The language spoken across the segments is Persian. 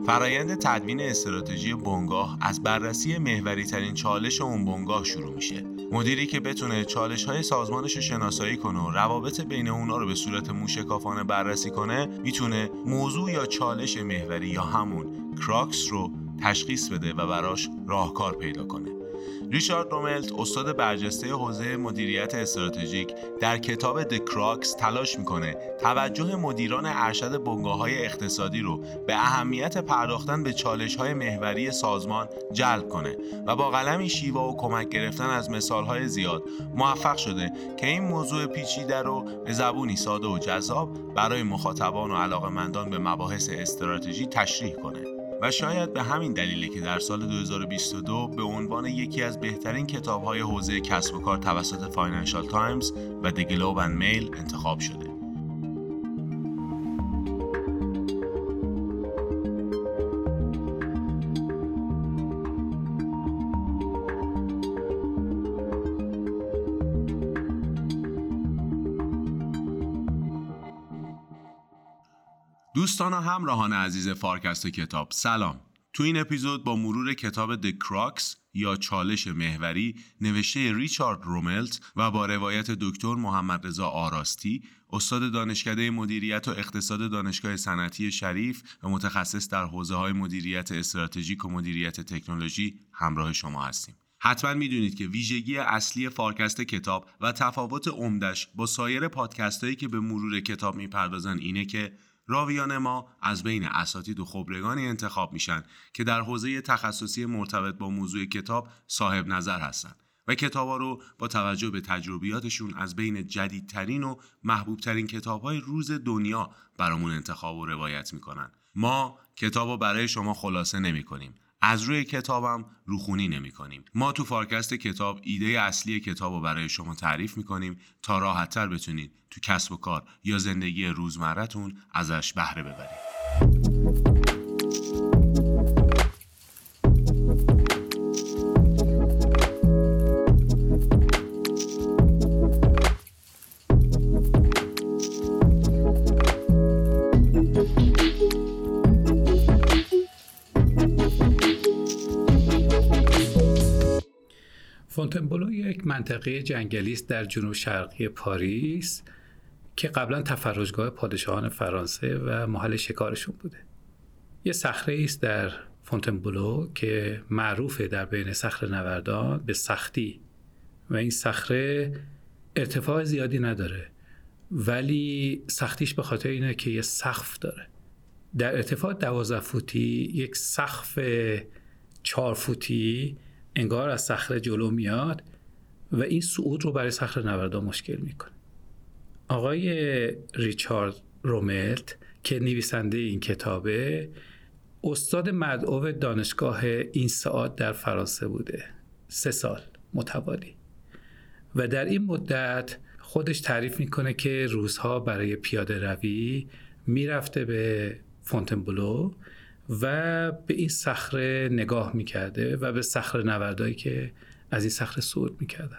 فرایند تدوین استراتژی بنگاه از بررسی محوری ترین چالش اون بنگاه شروع میشه. مدیری که بتونه چالش های سازمانش رو شناسایی کنه و روابط بین اونا رو به صورت موشکافانه بررسی کنه، میتونه موضوع یا چالش محوری یا همون کراکس رو تشخیص بده و براش راهکار پیدا کنه. ریچارد روملت، استاد برجسته حوزه مدیریت استراتژیک، در کتاب The Crux تلاش میکنه توجه مدیران ارشد بنگاه‌های اقتصادی رو به اهمیت پرداختن به چالش‌های محوری سازمان جلب کنه و با قلمی شیوا و کمک گرفتن از مثال‌های زیاد موفق شده که این موضوع پیچیده رو به زبونی ساده و جذاب برای مخاطبان و علاقه‌مندان به مباحث استراتژی تشریح کنه. و شاید به همین دلیله که در سال 2022 به عنوان یکی از بهترین کتاب‌های حوزه کسب و کار توسط فاینانشال تایمز و The Globe and Mail انتخاب شده. دوستان و همراهان عزیز فارکست کتاب، سلام. تو این اپیزود با مرور کتاب The Crux یا چالش محوری نوشته ریچارد روملت و با روایت دکتر محمد رضا آراستی، استاد دانشکده مدیریت و اقتصاد دانشگاه صنعتی شریف و متخصص در حوزه‌های مدیریت استراتژیک و مدیریت تکنولوژی همراه شما هستیم. حتما میدونید که ویژگی اصلی فارکست کتاب و تفاوت عمدش با سایر پادکست‌هایی که به مرور کتاب میپردازن اینه که راویان ما از بین اساتید و خبرگانی انتخاب میشن که در حوزه تخصصی مرتبط با موضوع کتاب صاحب نظر هستن و کتابا رو با توجه به تجربیاتشون از بین جدیدترین و محبوبترین کتاب‌های روز دنیا برامون انتخاب و روایت میکنن. ما کتابو برای شما خلاصه نمیکنیم، از روی کتابم روخونی نمی کنیم. ما تو فارکست کتاب ایده اصلی کتابو برای شما تعریف میکنیم تا راحت‌تر بتونید تو کسب و کار یا زندگی روزمره‌تون ازش بهره ببرید. فونتنبلو یک منطقه جنگلی است در جنوب شرقی پاریس که قبلا تفرجگاه پادشاهان فرانسه و محل شکارشون بوده. یه صخره است در فونتنبلو که معروفه در بین صخره‌نوردان به سختی و این صخره ارتفاع زیادی نداره، ولی سختیش به خاطر اینه که یه سقف داره. در ارتفاع 12 فوتی یک سقف 4 فوتی انگار از صخره جلو میاد و این صعود رو برای صخره‌نوردان مشکل میکنه. آقای ریچارد روملت که نویسنده این کتابه، استاد مدعو دانشگاه اینسئاد در فرانسه بوده 3 سال متوالی و در این مدت خودش تعریف میکنه که روزها برای پیاده روی میرفته به فونتنبلو و به این صخره نگاه میکرده و به صخره‌نوردایی که از این صخره صعود میکردن.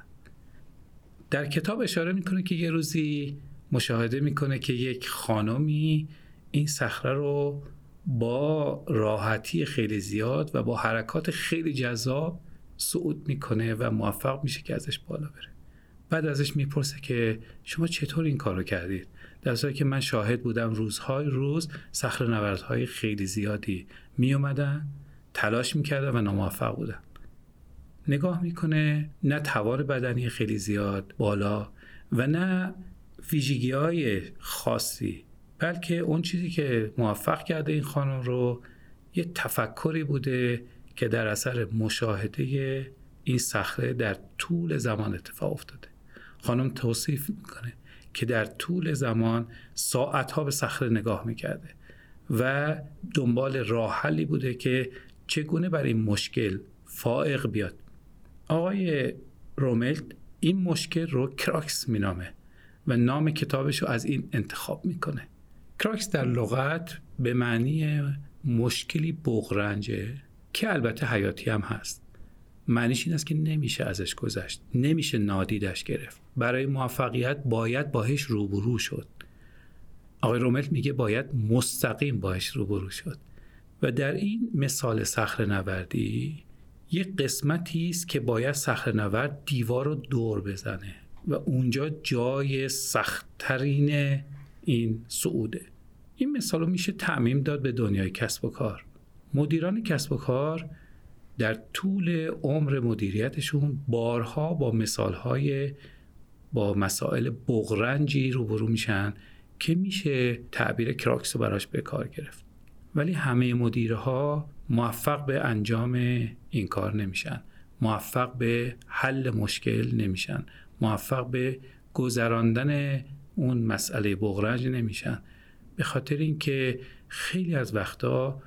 در کتاب اشاره میکنه که یه روزی مشاهده میکنه که یک خانمی این صخره رو با راحتی خیلی زیاد و با حرکات خیلی جذاب صعود میکنه و موفق میشه که ازش بالا بره. بعد ازش میپرسه که شما چطور این کار رو کردید؟ در صورتی که من شاهد بودم روزهای روز صخره‌نوردهای خیلی زیادی می اومدن، تلاش میکردن و ناموفق بودن. نگاه میکنه نه توان بدنی خیلی زیاد بالا و نه ویژگی‌های خاصی، بلکه اون چیزی که موفق کرده این خانم رو یه تفکری بوده که در اثر مشاهده این صخره در طول زمان اتفاق افتاده. خانم توصیف میکنه که در طول زمان ساعتها به صخره نگاه میکرده و دنبال راه حلی بوده که چگونه برای این مشکل فائق بیاد. آقای روملت این مشکل رو کراکس مینامه و نام کتابش رو از این انتخاب میکنه. کراکس در لغت به معنی مشکلی بغرنجه که البته حیاتی هم هست. معنیش این است که نمیشه ازش گذشت، نمیشه نادیدش گرفت. برای موفقیت باید باهاش روبرو شد. آقای روملت میگه باید مستقیم باهاش روبرو شد و در این مثال صخره‌نوردی یک قسمتی است که باید صخره‌نورد دیوار رو دور بزنه و اونجا جای سخت‌ترین این صعوده. این مثال رو میشه تعمیم داد به دنیای کسب و کار. مدیران کسب و کار در طول عمر مدیریتشون بارها با مسائل بغرنجی روبرو میشن که میشه تعبیر کراکس رو براش به کار گرفت. ولی همه مدیرها موفق به انجام این کار نمیشن، موفق به حل مشکل نمیشن، موفق به گذراندن اون مسئله بغرنج نمیشن، به خاطر اینکه خیلی از وقتا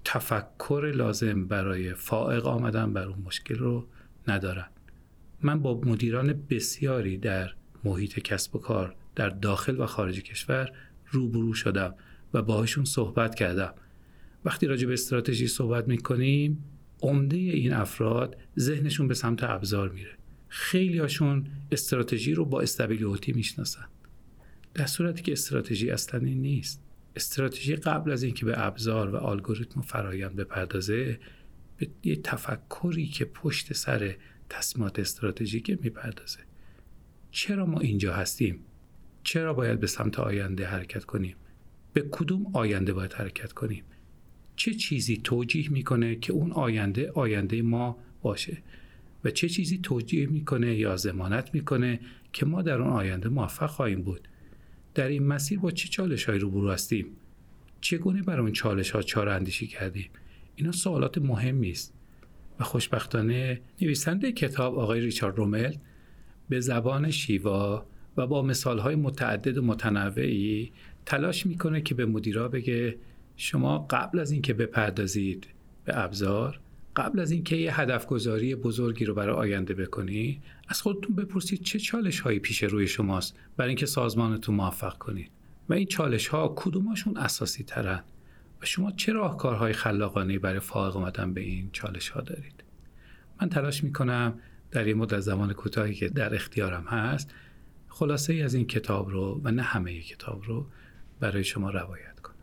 تفکر لازم برای فائق آمدن بر اون مشکل رو ندارن. من با مدیران بسیاری در محیط کسب و کار در داخل و خارج کشور روبرو شدم و باهاشون صحبت کردم. وقتی راجع به استراتژی صحبت میکنیم، عمده این افراد ذهنشون به سمت ابزار میره. خیلی هاشون استراتژی رو با استابیلیتی میشناسن، در صورتی که استراتژی اصلا این نیست. استراتژی قبل از اینکه به ابزار و الگوریتم و فرآیند بپردازه، به یه تفکری که پشت سر تصمیمات استراتژیک میپردازه. چرا ما اینجا هستیم؟ چرا باید به سمت آینده حرکت کنیم؟ به کدوم آینده باید حرکت کنیم؟ چه چیزی توجیه میکنه که اون آینده ما باشه و چه چیزی توجیه میکنه یا ضمانت میکنه که ما در اون آینده موفق خواهیم بود؟ در این مسیر با چه چالش‌هایی روبرو هستیم؟ چگونه برای اون چالش‌ها چاره اندیشی کردیم؟ اینا سوالات مهمی است و خوشبختانه نویسنده کتاب آقای ریچارد رومل به زبان شیوا و با مثال‌های متعدد و متنوعی تلاش میکنه که به مدیرا بگه شما قبل از اینکه بپردازید به ابزار، قبل از اینکه یه هدف گذاری بزرگی رو برای آینده بکنید، از خودتون بپرسید چه چالش‌هایی پیش روی شماست برای اینکه سازمانتون موفق کنید و این چالش‌ها کدوماشون اساسی ترن و شما چه راهکارهای خلاقانه‌ای برای فائق آمدن به این چالش‌ها دارید. من تلاش می‌کنم در یه مدت زمان کوتاهی که در اختیارم هست خلاصه‌ای از این کتاب رو و نه همه کتاب رو برای شما روایت کنم.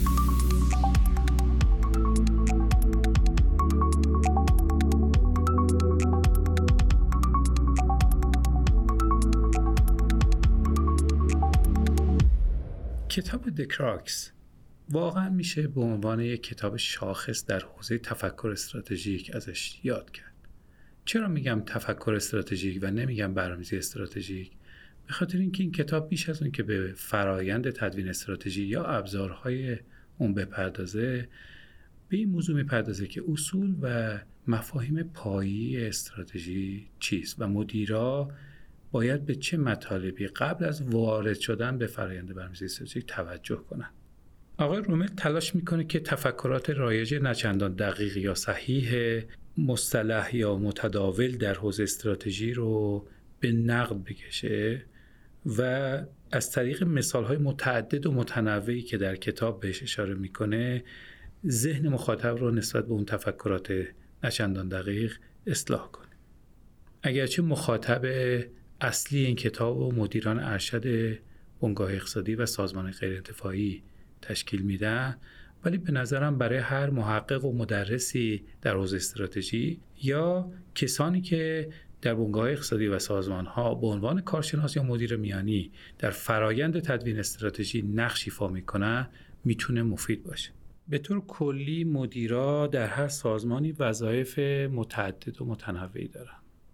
کتاب د کراکس واقعا میشه به عنوان یک کتاب شاخص در حوزه تفکر استراتژیک ازش یاد کرد. چرا میگم تفکر استراتژیک و نمیگم برنامه‌ریزی استراتژیک؟ به خاطر اینکه این کتاب بیش از اون که به فرایند تدوین استراتژی یا ابزارهای اون بپردازه، به این موضوع میپردازه که اصول و مفاهیم پایه‌ای استراتژی چیست و مدیرا باید به چه مطالبی قبل از وارد شدن به فرآیند برنامه‌ریزی استراتژیک توجه کنن. آقای رومل تلاش میکنه که تفکرات رایج نچندان دقیق یا صحیح مصطلح یا متداول در حوزه استراتژی رو به نقد بکشه و از طریق مثال‌های متعدد و متنوعی که در کتاب بهش اشاره میکنه ذهن مخاطب رو نسبت به اون تفکرات نچندان دقیق اصلاح کنه. اگرچه مخاطب اصلی این کتاب و مدیران ارشد بنگاه اقتصادی و سازمان غیرانتفاعی تشکیل میدن، ولی به نظرم برای هر محقق و مدرسی در حوزه استراتژی یا کسانی که در بنگاه اقتصادی و سازمان‌ها به عنوان کارشناس یا مدیر میانی در فرایند تدوین استراتژی نقش ایفا میکنن میتونه مفید باشه. به طور کلی مدیرا در هر سازمانی وظایف متعدد و متنوعی دارن.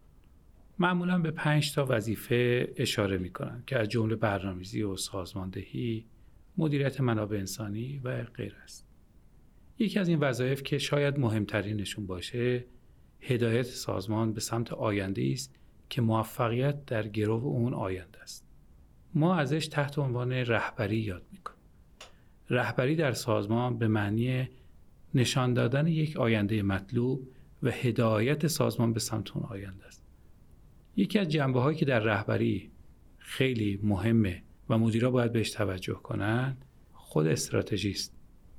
معمولاً به 5 تا وظیفه اشاره میکنن که از جمله برنامه‌ریزی و سازماندهی، مدیریت منابع انسانی و غیره است. یکی از این وظایف که شاید مهمترینشون باشه، هدایت سازمان به سمت آینده‌ای است که موفقیت در گرو اون آینده است. ما ازش تحت عنوان رهبری یاد میکنیم. رهبری در سازمان به معنی نشان دادن یک آینده مطلوب و هدایت سازمان به سمت اون آینده است. یکی از جنبه‌هایی که در رهبری خیلی مهمه و مدیرا باید بهش توجه کنن، خود استراتژی است.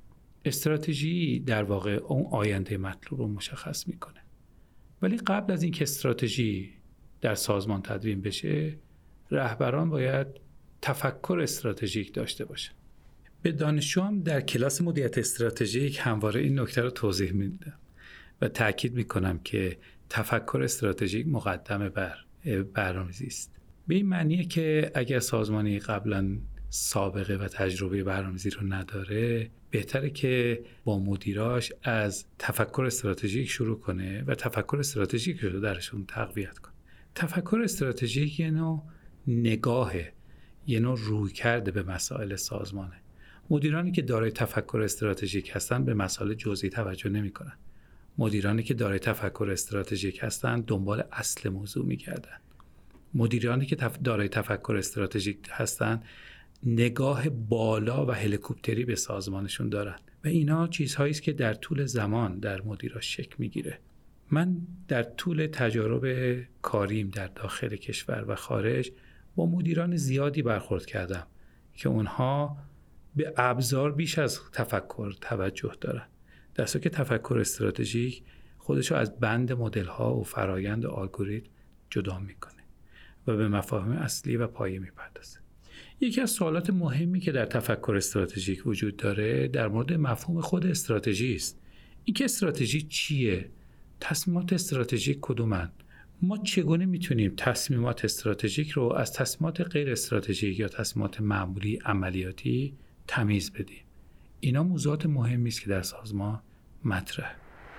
استراتژی در واقع اون آینده مطلوب رو مشخص میکنه. ولی قبل از اینکه استراتژی در سازمان تدوین بشه، رهبران باید تفکر استراتژیک داشته باشن. به دانشجوام در کلاس مدیریت استراتژیک همواره این نکته رو توضیح میدم و تاکید میکنم که تفکر استراتژیک مقدم بر برنامه‌ریزی است. به این معنیه که اگر سازمانی قبلا سابقه و تجربه برنامه‌ریزی رو نداره، بهتره که با مدیراش از تفکر استراتژیک شروع کنه و تفکر استراتژیک رو درشون تقویت کنه. تفکر استراتژیک یه نوع نگاهه، یه نوع رویکرد به مسائل سازمانه. مدیرانی که دارای تفکر استراتژیک هستن به مسائل جزئی توجه نمی‌کنن. مدیرانی که دارای تفکر استراتژیک هستن دنبال اصل موضوع می‌گردن. مدیرانی که دارای تفکر استراتژیک هستن نگاه بالا و هلیکوپتری به سازمانشون دارن و اینا چیزهایی است که در طول زمان در مدیراش شکل میگیره. من در طول تجارب کاریم در داخل کشور و خارج با مدیران زیادی برخورد کردم که اونها به ابزار بیش از تفکر توجه دارن، در حالی که تفکر استراتژیک خودشو از بند مدل‌ها و فرایند و الگوریتم جدا میکنه و به مفاهیم اصلی و پایه میپردازه. یکی از سوالات مهمی که در تفکر استراتژیک وجود داره در مورد مفهوم خود استراتژی است. اینکه استراتژی چیه؟ تصمیمات استراتژیک کدومن؟ ما چگونه میتونیم تصمیمات استراتژیک رو از تصمیمات غیر استراتژیک یا تصمیمات معمولی عملیاتی تمیز بدیم؟ اینا موضوعات مهمی است که در سازمان مطرحه.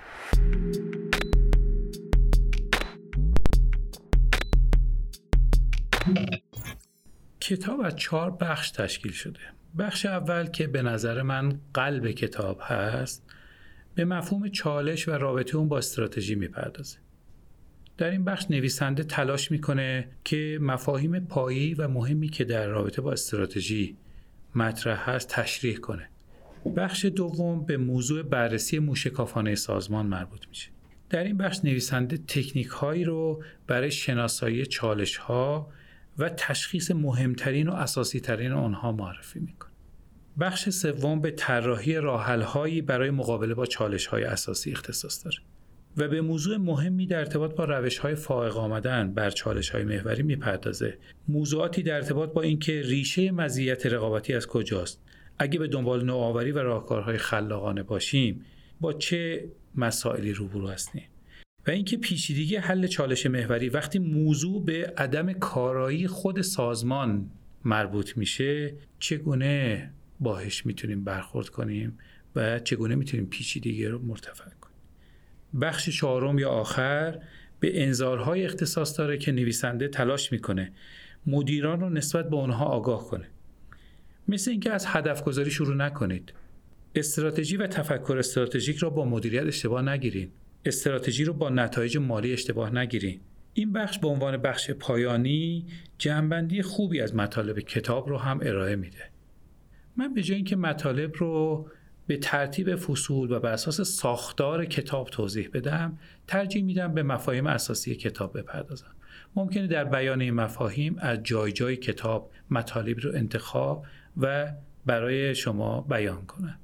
کتاب از 4 بخش تشکیل شده. بخش اول که به نظر من قلب کتاب هست، به مفهوم چالش و رابطه اون با استراتژی میپردازه. در این بخش نویسنده تلاش میکنه که مفاهیم پایه‌ای و مهمی که در رابطه با استراتژی مطرح هست تشریح کنه. بخش دوم به موضوع بررسی موشکافانه سازمان مربوط میشه. در این بخش نویسنده تکنیک هایی رو برای شناسایی چالش ها و تشخیص مهمترین و اساسی ترین آنها معرفی میکنه. بخش سوم به طراحی راه‌حل‌هایی برای مقابله با چالش‌های اساسی اختصاص داره و به موضوع مهمی در ارتباط با روش‌های فائق آمدن بر چالش‌های محوری میپردازه. موضوعاتی در ارتباط با اینکه ریشه مزیت رقابتی از کجاست، اگه به دنبال نوآوری و راهکارهای خلاقانه باشیم با چه مسائلی روبرو هستیم و اینکه پیچیدگی حل چالش محوری وقتی موضوع به عدم کارایی خود سازمان مربوط میشه چگونه باهاش میتونیم برخورد کنیم و چگونه میتونیم پیچیدگی رو مرتفع کنیم. بخش چهارم یا آخر به انذارهای اختصاص داره که نویسنده تلاش میکنه مدیران رو نسبت به اونها آگاه کنه. مثل اینکه از هدف گذاری شروع نکنید. استراتژی و تفکر استراتژیک رو با مدیریت اشتباه نگیرین. استراتژی رو با نتایج مالی اشتباه نگیرین. این بخش به عنوان بخش پایانی جمع‌بندی خوبی از مطالب کتاب رو هم ارائه میده. من به جای اینکه مطالب رو به ترتیب فصول و بر اساس ساختار کتاب توضیح بدم، ترجیح میدم به مفاهیم اساسی کتاب بپردازم. ممکنه در بیان این مفاهیم از جای جای کتاب مطالب رو انتخاب و برای شما بیان کنم.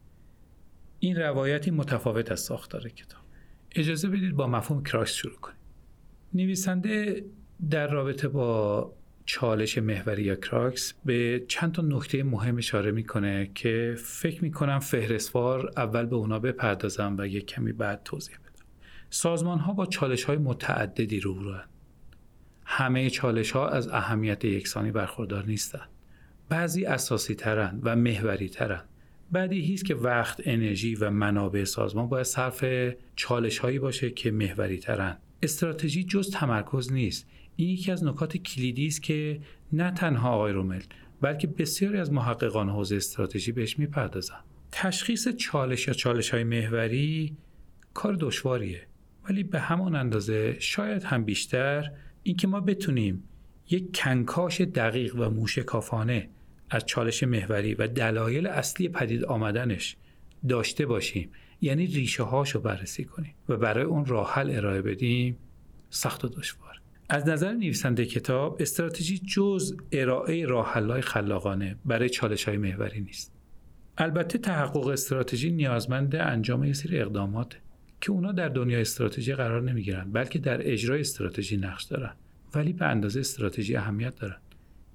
این روایتی متفاوت از ساختار کتاب. اجازه بدید با مفهوم کراکس شروع کنیم. نویسنده در رابطه با چالش محوری یا کراکس به چند تا نکته مهم اشاره میکنه که فکر میکنم فهرستوار اول به اونا بپردازم و یک کمی بعد توضیح بدم. سازمان ها با چالش های متعددی روبروان. همه چالش ها از اهمیت یکسانی برخوردار نیستند. بعضی اساسی ترن و محوری ترن. بدیهی است که وقت، انرژی و منابع سازمان باید صرف چالش هایی باشه که محوری ترن. استراتژی جز تمرکز نیست. این یکی از نکات کلیدی است که نه تنها آقای رومل بلکه بسیاری از محققان حوزه استراتژی بهش میپردازن. تشخیص چالش یا چالش‌های محوری کار دشواریه، ولی به همان اندازه شاید هم بیشتر اینکه ما بتونیم یک کنکاش دقیق و موشکافانه از چالش محوری و دلایل اصلی پدید آمدنش داشته باشیم، یعنی ریشه هاشو بررسی کنیم و برای اون راه حل ارائه بدیم، سخت و دشوار. از نظر نویسنده کتاب استراتژی جز ارائه راه حل‌های خلاقانه برای چالش‌های محوری نیست. البته تحقق استراتژی نیازمند انجام یه سری اقداماته که اونا در دنیای استراتژی قرار نمیگیرن بلکه در اجرای استراتژی نقش دارن، ولی به اندازه استراتژی اهمیت دارن.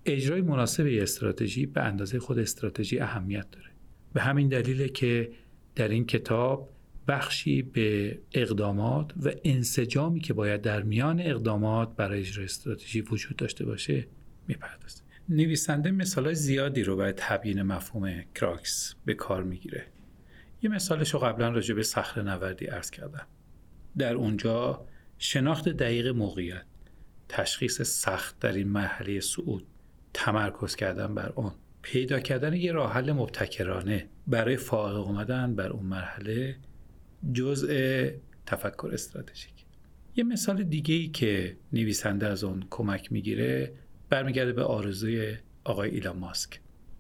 اجرای مناسب یه استراتژی به اندازه خود استراتژی اهمیت داره. به همین دلیله که در این کتاب بخشی به اقدامات و انسجامی که باید در میان اقدامات برای اجرای استراتژی وجود داشته باشه میپردازه. نویسنده مثالای زیادی رو برای تبیین مفهوم کراکس به کار میگیره. یه مثالش رو قبلا راجع به صخره‌نوردی عرض کردم. در اونجا شناخت دقیق موقعیت، تشخیص سخت در این مرحله صعود، تمرکز کردن بر اون، پیدا کردن یه راه حل مبتکرانه برای فائق اومدن بر اون مرحله جزء تفکر استراتژیک. یه مثال دیگه‌ای که نویسنده از اون کمک میگیره برمیگرده به آرزوی آقای ایلان ماسک.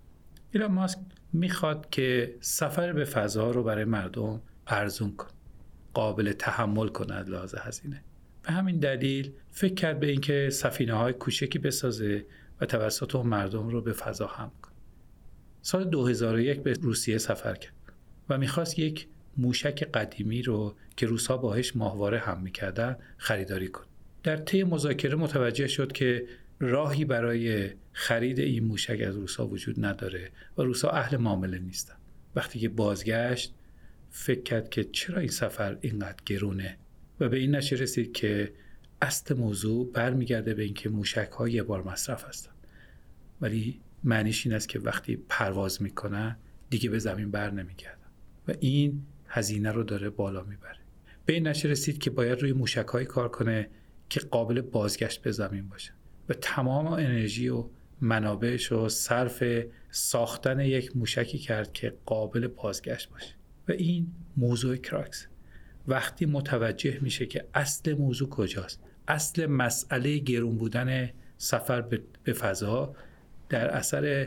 ایلان ماسک میخواد که سفر به فضا رو برای مردم ارزون کنه، قابل تحمل کنه از لحاظ هزینه. به همین دلیل فکر کرد به اینکه سفینه‌های کوچکی بسازه و توسط اون مردم رو به فضا حمل کنه. سال 2001 به روسیه سفر کرد و میخواست یک موشک قدیمی رو که روس‌ها باهاش ماهواره حمل می‌کردن خریداری کنه. در طی مذاکره متوجه شد که راهی برای خرید این موشک از روس‌ها وجود نداره و روس‌ها اهل معامله نیستن. وقتی که بازگشت فکر کرد که چرا این سفر اینقدر گرونه و به این نتیجه رسید که اصل موضوع برمیگرده به اینکه موشک‌ها یه بار مصرف هستن، ولی معنیش این است که وقتی پرواز میکنن دیگه به زمین بر نمیگردن و این هزینه رو داره بالا میبره. به این نتیجه رسید که باید روی موشک‌هایی کار کنه که قابل بازگشت به زمین باشه و تمام انرژی و منابعش رو صرف ساختن یک موشکی کرد که قابل بازگشت باشه. و این موضوع کراکس. وقتی متوجه میشه که اصل موضوع کجاست، اصل مسئله گرون بودن سفر به فضا در اثر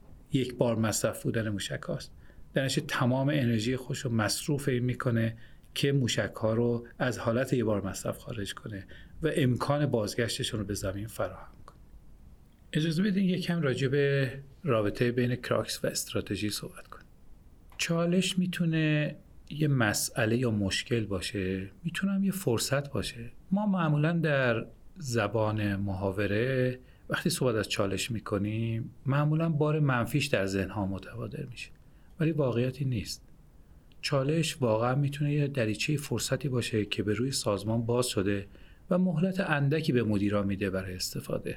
یک بار مصرف بودن موشک هاست، در نتیجه تمام انرژی خودش رو مصروف این میکنه که موشک ها رو از حالت یک بار مصرف خارج کنه و امکان بازگشتشون رو به زمین فراهم کنه. اجازه بدین یکم راجع به رابطه بین کراکس و استراتژی صحبت کنیم. چالش میتونه یه مسئله یا مشکل باشه، میتونه هم یه فرصت باشه. ما معمولا در زبان محاوره وقتی صحبت از چالش میکنیم معمولا بار منفیش در ذهن‌ها متبادر میشه، ولی واقعیتی نیست. چالش واقعا میتونه یه دریچه فرصتی باشه که به روی سازمان باز شده و مهلت اندکی به مدیران میده برای استفاده.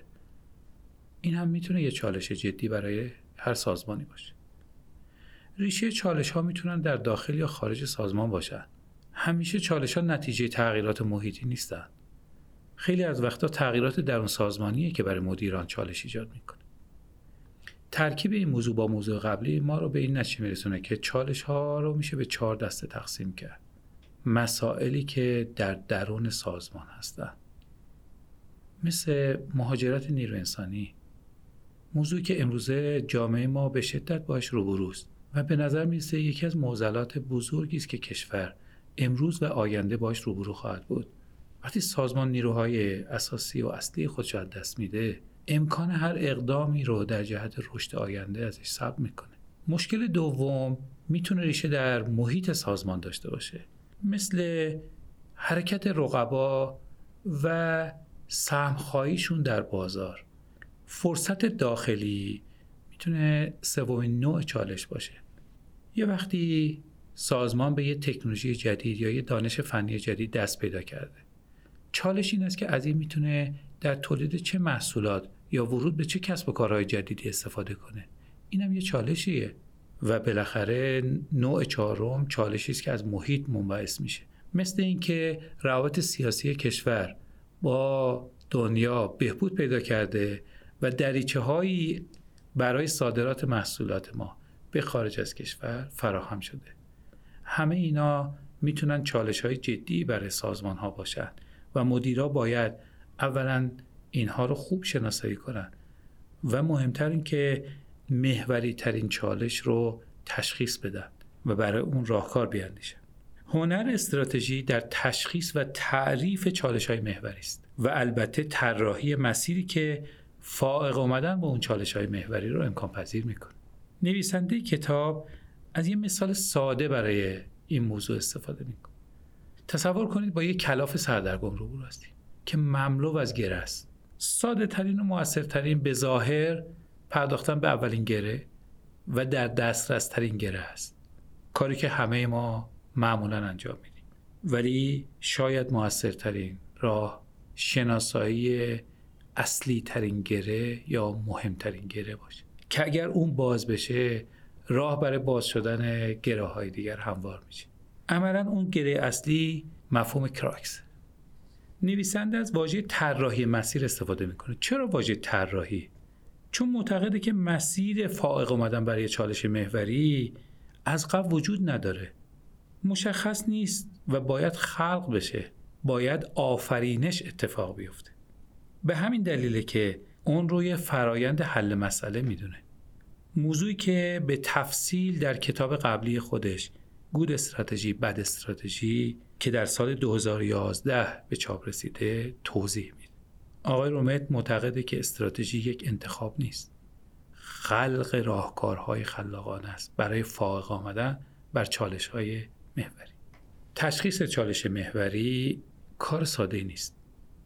این هم میتونه یه چالش جدی برای هر سازمانی باشه. ریشه چالش ها میتونن در داخل یا خارج سازمان باشن. همیشه چالش ها نتیجه تغییرات محیطی نیستن. خیلی از وقتا تغییرات درون سازمانیه که برای مدیران چالش ایجاد میکنه. ترکیب این موضوع با موضوع قبلی ما رو به این نتیجه میرسونه که چالش ها رو میشه به 4 دسته تقسیم کرد. مسائلی که در درون سازمان هستن، مثل مهاجرت نیروی انسانی، موضوعی که امروزه جامعه ما به شدت باهاش روبروست و به نظر میرسه یکی از معضلات بزرگی است که کشور امروز و آینده باهاش روبرو خواهد بود. وقتی سازمان نیروهای اساسی و اصلی خودش از دست میده، امکان هر اقدامی رو در جهت رشد آینده ازش سلب میکنه. مشکل دوم میتونه ریشه در محیط سازمان داشته باشه، مثل حرکت رقبا و سهم‌خواهیشون در بازار. فرصت داخلی میتونه سومین نوع چالش باشه. یه وقتی سازمان به یه تکنولوژی جدید یا یه دانش فنی جدید دست پیدا کرده، چالش این است که از این میتونه در تولید چه محصولات یا ورود به چه کسب و کارهای جدیدی استفاده کنه. اینم یه چالشیه. و بالاخره نوع چهارم چالشی است که از محیط منبعث میشه، مثل اینکه روابط سیاسی کشور با دنیا بهبود پیدا کرده و دریچه‌هایی برای صادرات محصولات ما به خارج از کشور فراهم شده. همه اینا میتونن چالش‌های جدی برای سازمان‌ها باشن و مدیرا باید اولا اینها رو خوب شناسایی کنن و مهمتر این که محوری ترین چالش رو تشخیص بدن و برای اون راهکار بیاندیشن. هنر استراتژی در تشخیص و تعریف چالش‌های محوری است و البته طراحی مسیری که فائق اومدن با اون چالش‌های محوری رو امکان پذیر میکنه. نویسنده کتاب از یه مثال ساده برای این موضوع استفاده میکنه. تصور کنید با یه کلاف سردرگم روبرو هستید که مملو از گره است. ساده ترین و موثرترین به ظاهر پرداختن به اولین گره و در دسترس ترین گره است. کاری که همه ما معمولا انجام میدیم. ولی شاید موثرترین راه شناسایی اصلی ترین گره یا مهمترین گره باشه که اگر اون باز بشه راه برای باز شدن گره های دیگر هموار میشه. عملاً اون گره اصلی مفهوم کراکس. نویسنده از واژه طراحی مسیر استفاده میکنه. چرا واژه طراحی؟ چون معتقده که مسیر فائق اومدن برای چالش محوری از قبل وجود نداره، مشخص نیست و باید خلق بشه، باید آفرینش اتفاق بیفته. به همین دلیله که اون روی فرایند حل مسئله میدونه. موضوعی که به تفصیل در کتاب قبلی خودش گود استراتژی بد استراتژی که در سال 2011 به چاپ رسیده توضیح میده. آقای روملت معتقده که استراتژی یک انتخاب نیست، خلق راهکارهای خلاقانه است برای فائق آمدن بر چالش‌های محوری. تشخیص چالش محوری کار ساده‌ای نیست.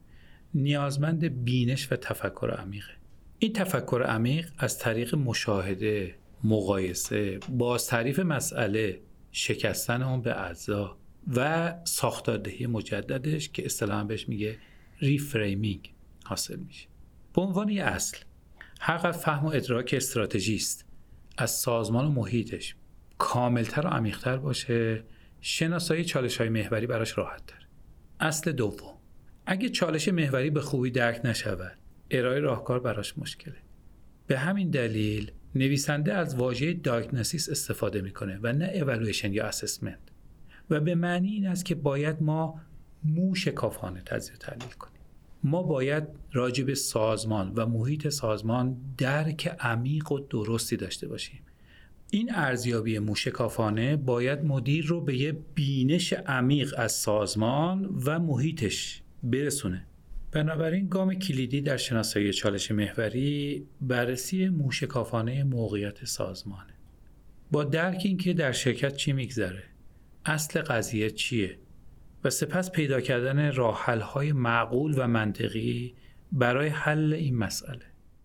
نیازمند بینش و تفکر عمیقه. این تفکر عمیق از طریق مشاهده، مقایسه، بازتعریف مسئله، شکستن اون به اجزا و ساختاردهی مجددش که اصطلاحاً بهش میگه ریفریمینگ حاصل میشه. به عنوان یه اصل، هر قدر فهم و ادراک استراتژیست از سازمان و محیطش کاملتر و عمیق‌تر باشه، شناسایی چالش‌های محوری براش راحت‌تر. اصل دوم، اگه چالش محوری به خوبی درک نشود، ارائه راهکار براش مشکله. به همین دلیل نویسنده از واژه دیاگنوستیس استفاده میکنه و نه اِوالویشن یا اسسمنت، و به معنی این است که باید ما موشکافانه تجزیه و تحلیل کنیم. ما باید راجع به سازمان و محیط سازمان درک عمیق و درستی داشته باشیم. این ارزیابی موشکافانه باید مدیر رو به یه بینش عمیق از سازمان و محیطش برسونه. بنابراین گام کلیدی در شناسایی چالش محوری بررسی موشکافانه موقعیت سازمانه. با درک اینکه در شرکت چی میگذره، اصل قضیه چیه و سپس پیدا کردن راه حل‌های معقول و منطقی برای حل این مسئله.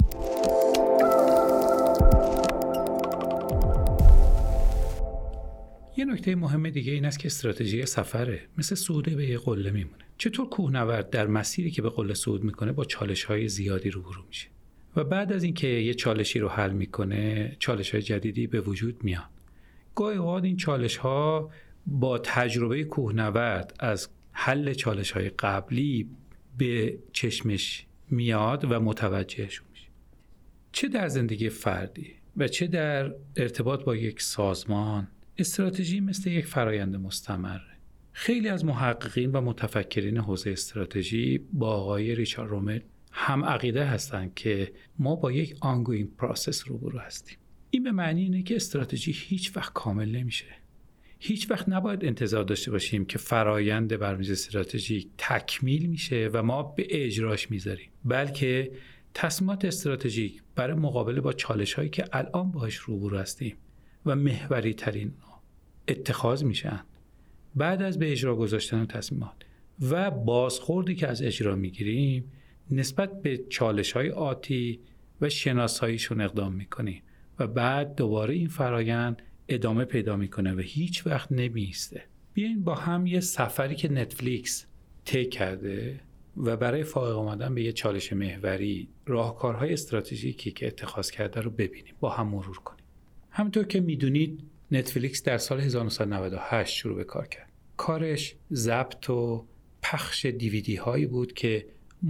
یه نکته مهم دیگه این است که استراتژی سفره مثل صعود به یه قله میمونه. چطور کوهنورد در مسیری که به قله صعود میکنه با چالش‌های زیادی روبرو میشه و بعد از اینکه یه چالشی رو حل میکنه چالش‌های جدیدی به وجود میان. گاهی اوقات این چالش‌ها با تجربه کوهنورد از حل چالش‌های قبلی به چشمش میاد و متوجهشون میشه. چه در زندگی فردی و چه در ارتباط با یک سازمان، استراتژی مثل یک فرایند مستمره. خیلی از محققین و متفکرین حوزه استراتژی با آقای ریچارد روملت هم عقیده هستند که ما با یک ongoing process روبرو هستیم. این به معنی اینه که استراتژی هیچ وقت کامل نمیشه. هیچ وقت نباید انتظار داشته باشیم که فرایند برنامه‌ریزی استراتژیک تکمیل میشه و ما به اجراش میذاریم، بلکه تصمیمات استراتژیک برای مقابله با چالش‌هایی که الان باهاش روبرو هستیم و محوری ترین اتخاذ میشن بعد از به اجرا گذاشتن تصمیمات و بازخوردی که از اجرا میگیریم نسبت به چالش‌های آتی و شناساییشون اقدام میکنیم و بعد دوباره این فرایند ادامه پیدا میکنه و هیچ وقت نمیسته. بیاین با هم یه سفری که نتفلیکس طی کرده و برای فائق آمدن به یه چالش محوری راهکارهای استراتژیکی که اتخاذ کرده رو ببینیم، با هم مرور کنیم. همونطور که میدونید نتفلیکس در سال 1998 شروع به کار کرد. کارش ضبط و پخش دیویدی هایی بود که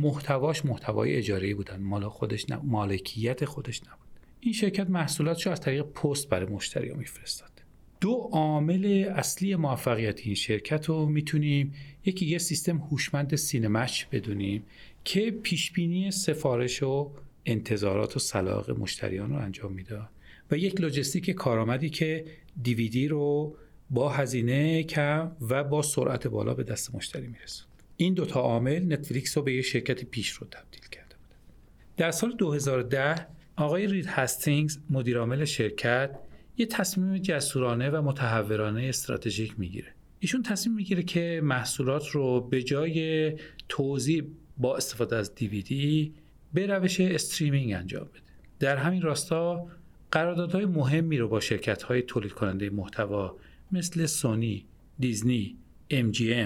محتوای اجاره‌ای بودن، مال خودش مالکیت خودش نبود. این شرکت محصولاتشو از طریق پست برای مشتری‌ها میفرستاد. دو عامل اصلی موفقیت این شرکت رو میتونیم یه سیستم هوشمند سینمش بدونیم که پیشبینی سفارش و انتظارات و سلایق مشتریان رو انجام میداد و یک لوجستیک کارآمدی که دیویدی رو با هزینه کم و با سرعت بالا به دست مشتری میرسوند. این دوتا عامل نتفلیکس رو به یک شرکت پیشرو تبدیل کرده بود. در سال 2010 آقای رید هاستینگز مدیر عامل شرکت یه تصمیم جسورانه و متحورانه استراتژیک میگیره. ایشون تصمیم میگیره که محصولات رو به جای توزیع با استفاده از دیویدی به روش استریمینگ انجام بده. در همین راستا قراردادهای مهمی رو با شرکت‌های تولید کننده محتوا مثل سونی، دیزنی، MGM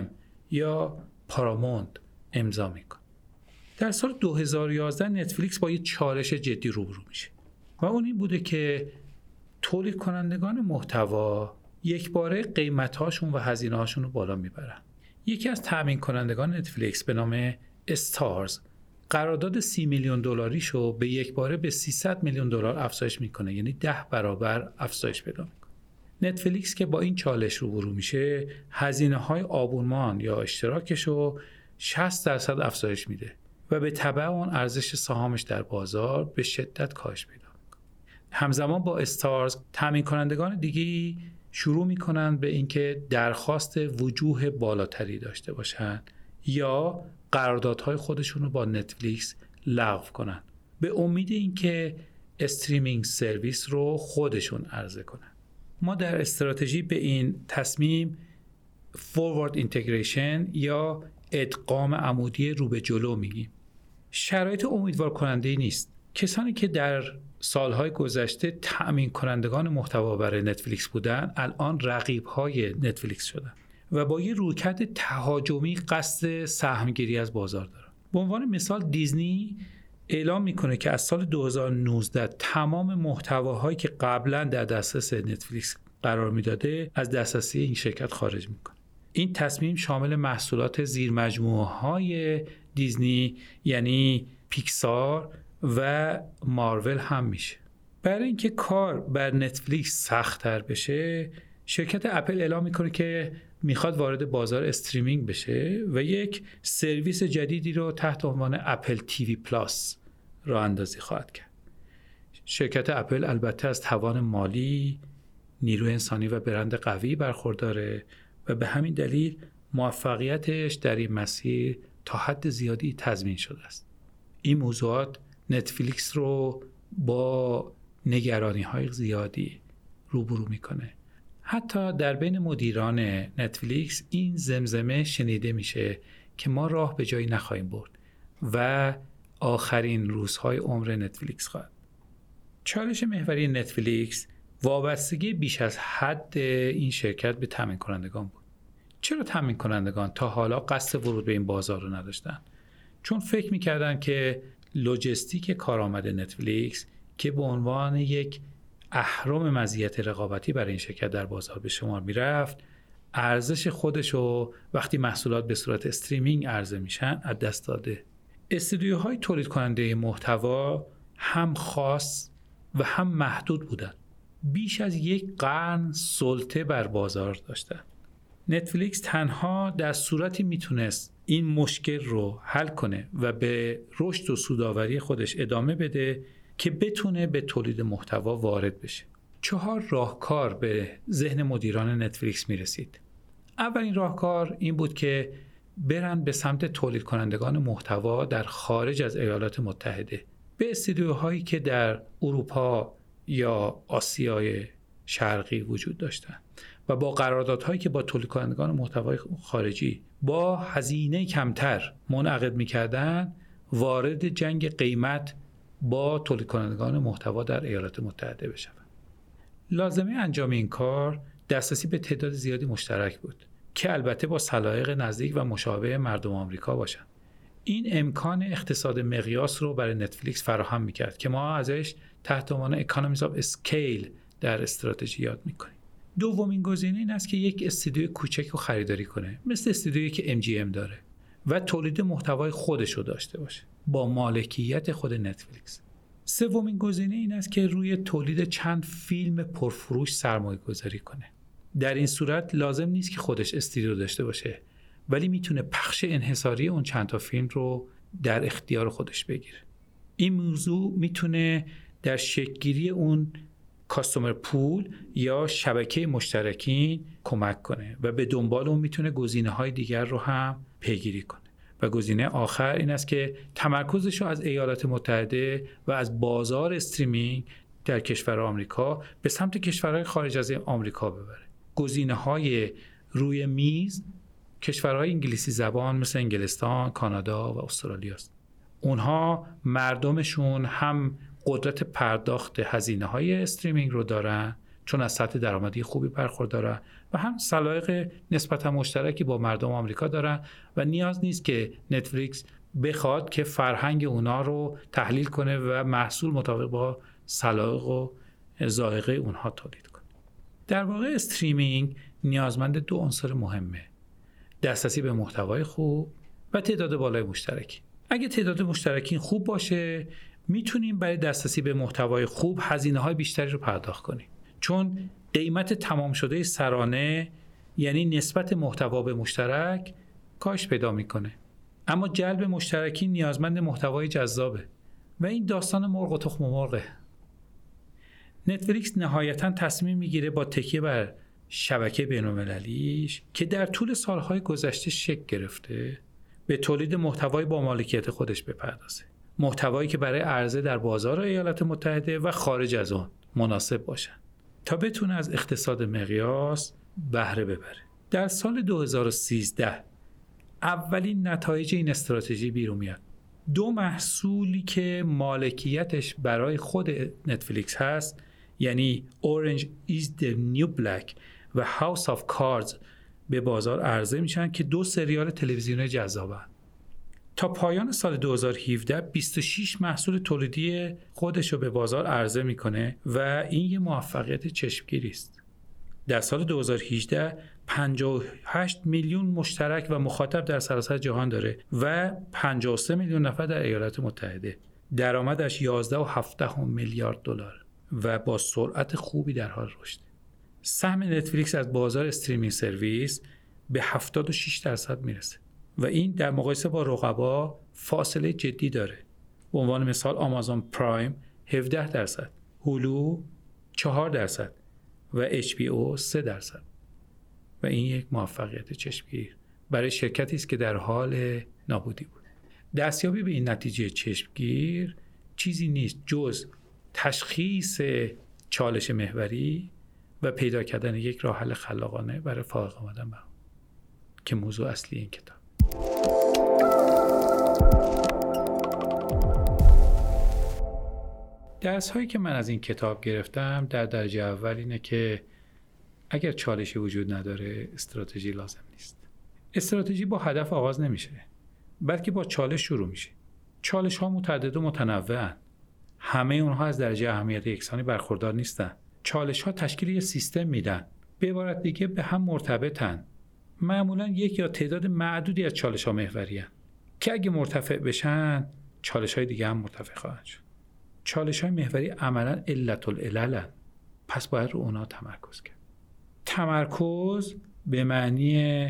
یا پارامونت امضا میکنه. در سال 2011 نتفلیکس با یه چالش جدی روبرو میشه و اون این بوده که تولید کنندگان محتوا یک باره قیمت‌هاشون و هزینه‌هاشون رو بالا میبرن. یکی از تامین کنندگان نتفلیکس به نام استارز قرارداد $30 میلیون رو به یک باره به $300 میلیون افزایش میکنه، یعنی 10 برابر افزایش پیدا میکنه. نتفلیکس که با این چالش روبرو میشه، هزینه‌های آبونمان یا اشتراکش رو 60% افزایش میده و به تبع اون ارزش سهامش در بازار به شدت کاهش پیدا میکنه. همزمان با استارز تامین کنندگان دیگه شروع میکنن به اینکه درخواست وجوه بالاتری داشته باشن یا قراردادهای خودشون رو با نتفلیکس لغو کنن به امید اینکه استریمینگ سرویس رو خودشون عرضه کنن. ما در استراتژی به این تصمیم فوروارد اینتگریشن یا ادغام عمودی رو به جلو میگیم. شرایط امیدوار کننده نیست. کسانی که در سالهای گذشته تأمین کنندگان محتوا برای نتفلیکس بودن الان رقیب‌های نتفلیکس شدن و با یه رویکرد تهاجمی قصد سهمگیری از بازار دارن. به عنوان مثال دیزنی اعلام میکنه که از سال 2019 تمام محتواهایی که قبلا در دسترس نتفلیکس قرار میداده از دسترسی این شرکت خارج میکنه. این تصمیم شامل محصولات زیرمجموعه‌های دیزنی یعنی پیکسار و مارول هم میشه. برای اینکه کار بر نتفلیکس سخت‌تر بشه، شرکت اپل اعلام میکنه که میخواد وارد بازار استریمینگ بشه و یک سرویس جدیدی رو تحت عنوان اپل تیوی پلاس راه اندازی خواهد کرد. شرکت اپل البته از توان مالی، نیروی انسانی و برند قوی برخورداره و به همین دلیل موفقیتش در این مسیر تا حد زیادی تضمین شده است. این موضوعات نتفلیکس رو با نگرانی‌های زیادی روبرو میکنه. حتی در بین مدیران نتفلیکس این زمزمه شنیده میشه که ما راه به جایی نخواهیم برد و آخرین روزهای عمر نتفلیکس خواهد. چالش محوری نتفلیکس وابستگی بیش از حد این شرکت به تامین کنندگان بود. چرا تامین کنندگان تا حالا قصد ورود به این بازار رو نداشتن؟ چون فکر میکردن که لوجستیک کارآمد نتفلیکس که به عنوان یک اهرم مزیت رقابتی برای این شرکت در بازار به شمار میرفت، ارزش خودشو وقتی محصولات به صورت استریمینگ عرضه میشن از دست داده. استودیوهای تولید کننده محتوا هم خاص و هم محدود بودن. بیش از یک قرن سلطه بر بازار داشتن. نتفلیکس تنها در صورتی میتونست این مشکل رو حل کنه و به رشد و سودآوری خودش ادامه بده که بتونه به تولید محتوا وارد بشه. 4 راهکار به ذهن مدیران نتفلیکس میرسید. اولین راهکار این بود که برن به سمت تولید کنندگان محتوا در خارج از ایالات متحده، به استودیوهایی که در اروپا یا آسیای شرقی وجود داشتن و با قراردادهایی که با تولید کنندگان محتوای خارجی با هزینه کمتر منعقد می‌کردن وارد جنگ قیمت با تولید کنندگان محتوا در ایالات متحده بشن. لازمه انجام این کار دسترسی به تعداد زیادی مشترک بود که البته با سلایق نزدیک و مشابه مردم آمریکا باشن. این امکان اقتصاد مقیاس رو برای نتفلیکس فراهم می‌کرد که ما ازش تحت عنوان economies of scale در استراتژی یاد می‌کنیم. دومین گزینه این است که یک استودیو کوچک رو خریداری کنه، مثل استودیویی که MGM داره و تولید محتوای خودش رو داشته باشه با مالکیت خود نتفلیکس. سومین گزینه این است که روی تولید چند فیلم پرفروش سرمایه‌گذاری کنه. در این صورت لازم نیست که خودش استودیو داشته باشه، ولی میتونه پخش انحصاری اون چند تا فیلم رو در اختیار خودش بگیره. این موضوع میتونه در شکل‌گیری اون کاستومر پول یا شبکه مشترکین کمک کنه و به دنبال اون میتونه گزینه‌های دیگر رو هم پیگیری کنه. و گزینه آخر این است که تمرکزش رو از ایالات متحده و از بازار استریمینگ در کشور آمریکا به سمت کشورهای خارج از آمریکا ببره. گزینه‌های روی میز کشورهای انگلیسی زبان مثل انگلستان، کانادا و استرالیا است. اونها مردمشون هم قدرت پرداخت هزینه‌های استریمینگ رو دارن چون از سطح درآمدی خوبی برخوردارن و هم سلایق نسبتا مشترکی با مردم آمریکا دارن و نیاز نیست که نتفلیکس بخواد که فرهنگ اونا رو تحلیل کنه و محصول مطابق با سلایق و ذائقه اونها تولید کنه. در واقع استریمینگ نیازمند دو عنصر مهمه: دسترسی به محتوای خوب و تعداد بالای مشترکی. اگه تعداد مشترکین خوب باشه میتونیم برای دسترسی به محتوای خوب هزینه‌های بیشتری رو پرداخت کنیم، چون قیمت تمام شده سرانه یعنی نسبت محتوا به مشترک کاهش پیدا میکنه. اما جلب مشترکین نیازمند محتوای جذابه و این داستان مرغ و تخم مرغه. نتفلیکس نهایتاً تصمیم میگیره با تکیه بر شبکه بین‌المللیش که در طول سالهای گذشته شکل گرفته به تولید محتوای با مالکیت خودش بپردازه. محتوایی که برای عرضه در بازار ایالات متحده و خارج از آن مناسب باشن تا بتونه از اقتصاد مقیاس بهره ببره. در سال 2013 اولین نتایج این استراتژی بیرون میاد. 2 محصولی که مالکیتش برای خود نتفلیکس هست، یعنی Orange is the New Black و House of Cards، به بازار عرضه میشن که 2 سریال تلویزیونی جذابن. تا پایان سال 2017 26 محصول تولیدی خودش رو به بازار عرضه میکنه و این یه موفقیت چشمگیری است. در سال 2018 58 میلیون مشترک و مخاطب در سراسر جهان داره و 53 میلیون نفر در ایالات متحده. درآمدش 11.7 میلیارد دلار و با سرعت خوبی در حال رشد. سهم نتفلیکس از بازار استریمینگ سرویس به 76% میرسه و این در مقایسه با رقبا فاصله جدی داره. به عنوان مثال آمازون پرایم 17%، هولو 4% و HBO 3%. و این یک موفقیت چشمگیر برای شرکتی است که در حال نابودی بود. دستیابی به این نتیجه چشمگیر چیزی نیست جز تشخیص چالش محوری و پیدا کردن یک راه حل خلاقانه برای فائق آمدن به که موضوع اصلی این کتاب. درس هایی که من از این کتاب گرفتم در درجه اول اینه که اگر چالشی وجود نداره استراتژی لازم نیست. استراتژی با هدف آغاز نمیشه بلکه با چالش شروع میشه. چالش ها متعدد و متنوعن. همه اونها از درجه اهمیت یکسانی برخوردار نیستن. چالش ها تشکیل یک سیستم میدن. به عبارت دیگه به هم مرتبطن. معمولا یک یا تعداد معدودی از چالش ها محوری هستند که اگه مرتفع بشن چالش های دیگه هم مرتفع خواهند شد. چالش های محوری عملا علت العللن، پس باید رو اونا تمرکز کرد. تمرکز به معنی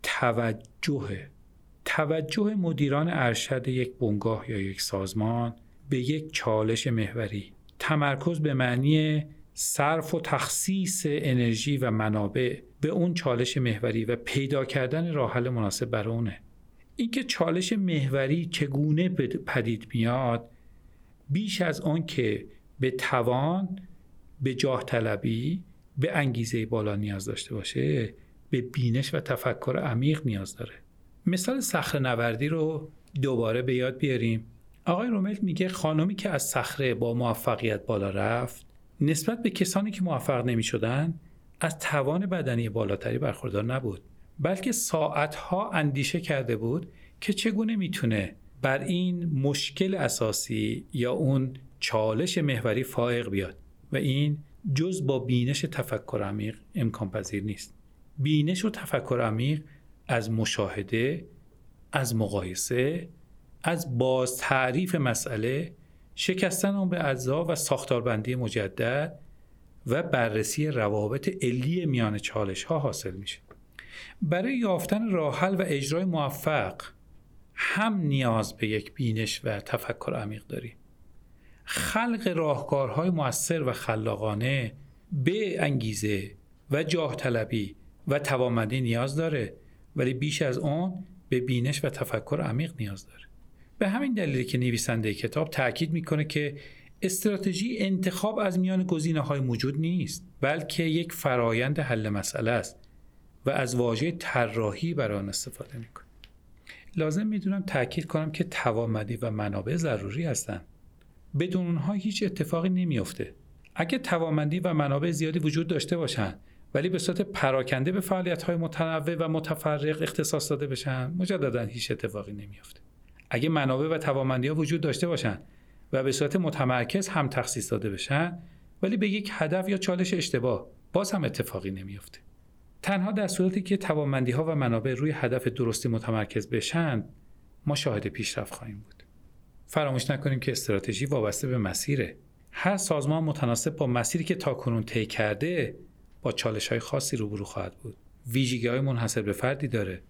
توجه مدیران ارشد یک بنگاه یا یک سازمان به یک چالش محوری. تمرکز به معنی صرف و تخصیص انرژی و منابع به اون چالش محوری و پیدا کردن راه حل مناسب برای اونه. اینکه چالش محوری چگونه پدید میاد بیش از آن که به توان، به جاه طلبی، به انگیزه بالا نیاز داشته باشه، به بینش و تفکر عمیق نیاز داره. مثال صخره‌نوردی رو دوباره به یاد بیاریم. آقای روملت میگه خانمی که از صخره با موفقیت بالا رفت نسبت به کسانی که موفق نمی‌شدن از توان بدنی بالاتری برخوردار نبود، بلکه ساعتها اندیشه کرده بود که چگونه میتونه بر این مشکل اساسی یا اون چالش محوری فائق بیاد و این جز با بینش تفکر عمیق امکان پذیر نیست. بینش و تفکر عمیق از مشاهده، از مقایسه، از باز تعریف مسئله، شکستن اون به اجزا و ساختاربندی مجدد و بررسی روابط علی میان چالش ها حاصل میشه. برای یافتن راه حل و اجرای موفق هم نیاز به یک بینش و تفکر عمیق داریم. خلق راهکارهای مؤثر و خلاقانه به انگیزه و جاه طلبی و توانمندی نیاز داره، ولی بیش از اون به بینش و تفکر عمیق نیاز داره. به همین دلیلی که نویسنده کتاب تأکید میکنه که استراتژی انتخاب از میان گزینه‌های موجود نیست، بلکه یک فرایند حل مسئله است و از واژه طراحی برای آن استفاده میکنه. لازم میدونم تأکید کنم که توانمندی و منابع ضروری هستن. بدون اونها هیچ اتفاقی نمیفته. اگه توانمندی و منابع زیادی وجود داشته باشن ولی به صورت پراکنده به فعالیت‌های متنوع و متفرق اختصاص داده بشن، مجددا هیچ اتفاقی نمیفته. اگه منابع و توانمندی‌ها وجود داشته باشن و به صورت متمرکز هم تخصیص داده بشن ولی به یک هدف یا چالش اشتباه، باز هم اتفاقی نمیفته. تنها در صورتی که توانمندی‌ها و منابع روی هدف درستی متمرکز بشن، ما شاهد پیشرفت خواهیم بود. فراموش نکنیم که استراتژی وابسته به مسیره. هر سازمان متناسب با مسیری که تاکنون طی کرده، با چالش‌های خاصی روبرو خواهد بود. ویژگی‌های منحصر به فردی داره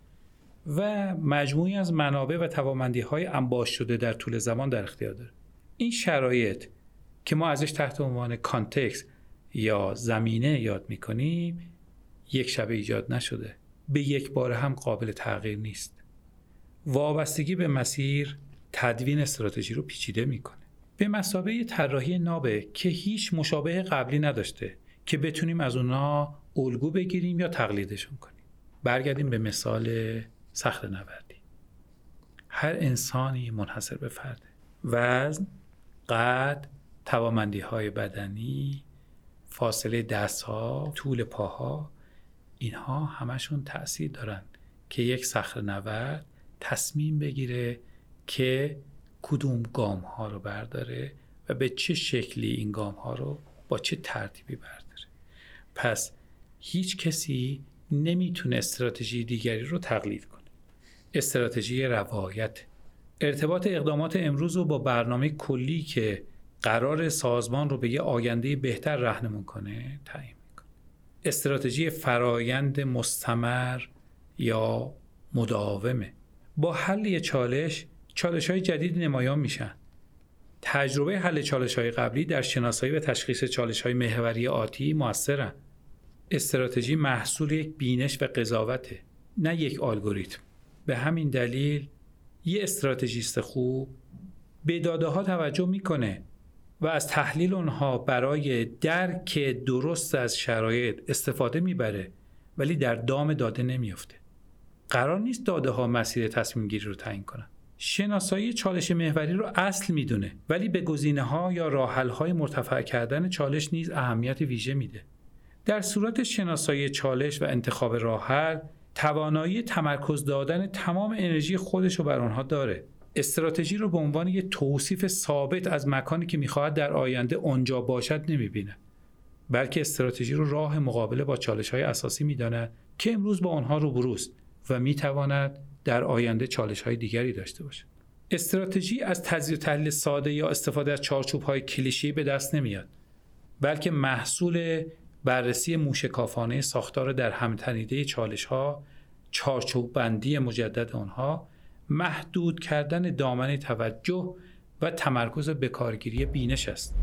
و مجموعی از منابع و توانمندی‌های انباشته شده در طول زمان در اختیار داره. این شرایط که ما ازش تحت عنوان کانتکست یا زمینه یاد می‌کنیم، یک شبه ایجاد نشده. به یک باره هم قابل تغییر نیست. وابستگی به مسیر تدوین استراتژی رو پیچیده میکنه. به مثابه طراحی نابه که هیچ مشابه قبلی نداشته که بتونیم از اونا الگو بگیریم یا تقلیدشون کنیم. برگردیم به مثال صخره‌نوردی. هر انسانی منحصر به فرده. وزن، قد، توانمندی‌های بدنی، فاصله دست‌ها، طول پاها، اینها همشون تأثیر دارن که یک صخره‌نورد تصمیم بگیره که کدوم گام‌ها رو برداره و به چه شکلی این گام‌ها رو با چه ترتیبی برداره. پس هیچ کسی نمیتونه استراتژی دیگری رو تقلید کنه. استراتژی روایت، ارتباط اقدامات امروز رو با برنامه کلی که قرار سازمان رو به یه آینده بهتر راهنمون کنه تعیین میکنه. استراتژی فرایند مستمر یا مداومه. با حل یه چالش‌های جدید نمایان میشن. تجربه حل چالش‌های قبلی در شناسایی و تشخیص چالش‌های محوری آتی موثرن. استراتژی محصول یک بینش و قضاوته، نه یک الگوریتم. به همین دلیل یه استراتژیست خوب به داده‌ها توجه میکنه و از تحلیل اونها برای درک درست از شرایط استفاده میبره، ولی در دام داده نمیفته. قرار نیست داده‌ها مسیر تصمیم گیری رو تعیین کنن. شناسایی چالش محوری رو اصل میدونه، ولی به گزینه‌ها یا راه‌حل‌های مرتفع کردن چالش نیز اهمیت ویژه میده. در صورت شناسایی چالش و انتخاب راه‌حل، توانایی تمرکز دادن تمام انرژی خودش رو بر آنها داره. استراتژی رو به عنوان یک توصیف ثابت از مکانی که می‌خواهد در آینده آنجا باشد نمی‌بینه، بلکه استراتژی رو راه مقابله با چالش‌های اساسی می‌داند که امروز با آنها روبروست و می‌تواند در آینده چالش‌های دیگری داشته باشد. استراتژی از تجزیه و تحلیل ساده یا استفاده از چارچوب‌های کلیشه‌ای به دست نمیاد، بلکه محصول بررسی موشکافانه ساختار در همتنیده چالش‌ها، چارچوب بندی مجدد آنها، محدود کردن دامنه توجه و تمرکز به کارگیری بینش است.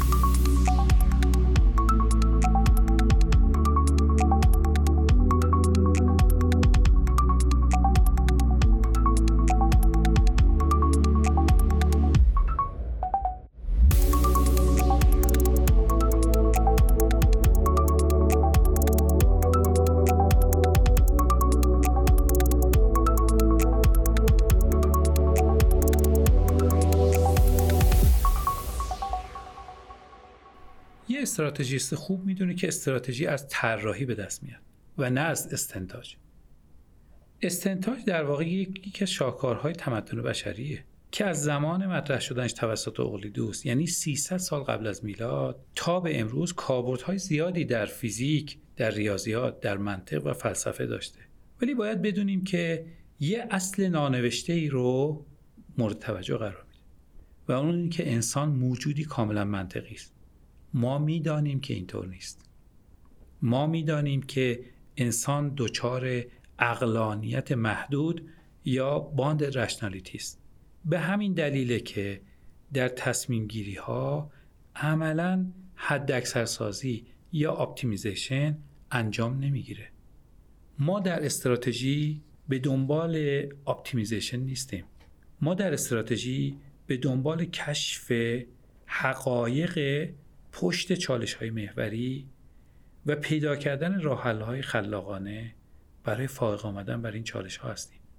استراتژیست خوب میدونه که استراتژی از طراحی به دست میاد و نه از استنتاج. استنتاج در واقع یکی از شاهکارهای تمدن بشریه که از زمان مطرح شدنش توسط اقلیدوس، یعنی 300 سال قبل از میلاد، تا به امروز کاربردهای زیادی در فیزیک، در ریاضیات، در منطق و فلسفه داشته. ولی باید بدونیم که یه اصل نانوشته ای رو مورد توجه قرار میده و اون این که انسان موجودی کاملا منطقی است. ما میدانیم که اینطور نیست. ما میدانیم که انسان دچار عقلانیت محدود یا باند رشنالیتی است. به همین دلیله که در تصمیم گیری ها عملاً حد اکثر سازی یا اپتیمیزیشن انجام نمیگیره. ما در استراتژی به دنبال اپتیمیزیشن نیستیم. ما در استراتژی به دنبال کشف حقایق پشت چالش‌های محوری و پیدا کردن راه‌حل‌های خلاقانه برای فائق آمدن بر این چالش‌ها هستیم.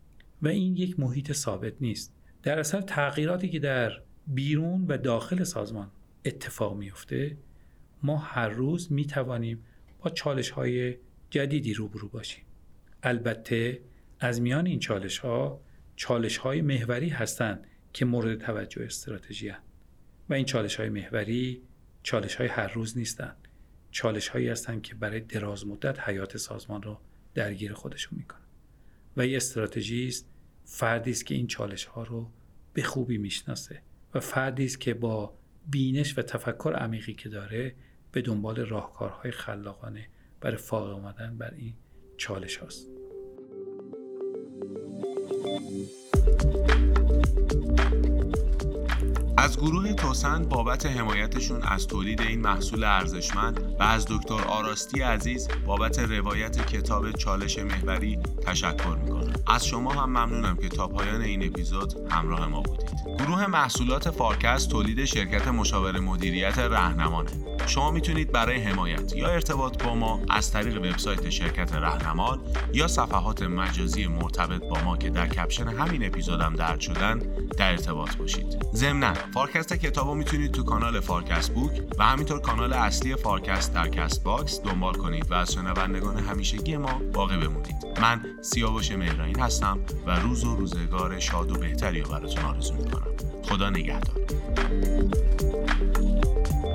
و این یک محیط ثابت نیست. در اصل تغییراتی که در بیرون و داخل سازمان اتفاق میفته، ما هر روز میتوانیم با چالش‌های جدیدی روبرو باشیم. البته از میان این چالش‌های محوری هستند که مورد توجه استراتژی هستند و این چالش‌های محوری چالش‌های هر روز نیستند. چالش‌هایی هستند که برای دراز مدت حیات سازمان رو درگیر خودشون میکنن و یه استراتژی است، فردی است که این چالش‌ها رو به خوبی میشناسه و فردی است که با بینش و تفکر عمیقی که داره به دنبال راهکارهای خلاقانه برای فائق آمدن بر این چالش هاست. از گروه توسن بابت حمایتشون از تولید این محصول ارزشمند و از دکتر آراستی عزیز بابت روایت کتاب چالش محوری تشکر میکنم. از شما هم ممنونم که تا پایان این اپیزود همراه ما بودید. گروه محصولات فارکست تولید شرکت مشاور مدیریت رهنمانه. شما میتونید برای حمایت یا ارتباط با ما از طریق وبسایت شرکت رهنمان یا صفحات مجازی مرتبط با ما که در کپشن همین اپیزودم درج شدن در ارتباط باشید. ضمناً فارکست کتابو میتونید تو کانال فارکست بوک و همینطور کانال اصلی فارکست در کست باکس دنبال کنید و از شنوندگان همیشگی ما باقی بمونید. من سیاوش مهرائین هستم و روز و روزگار شاد و بهتری رو براتون آرزو میکنم. خدا نگهدار.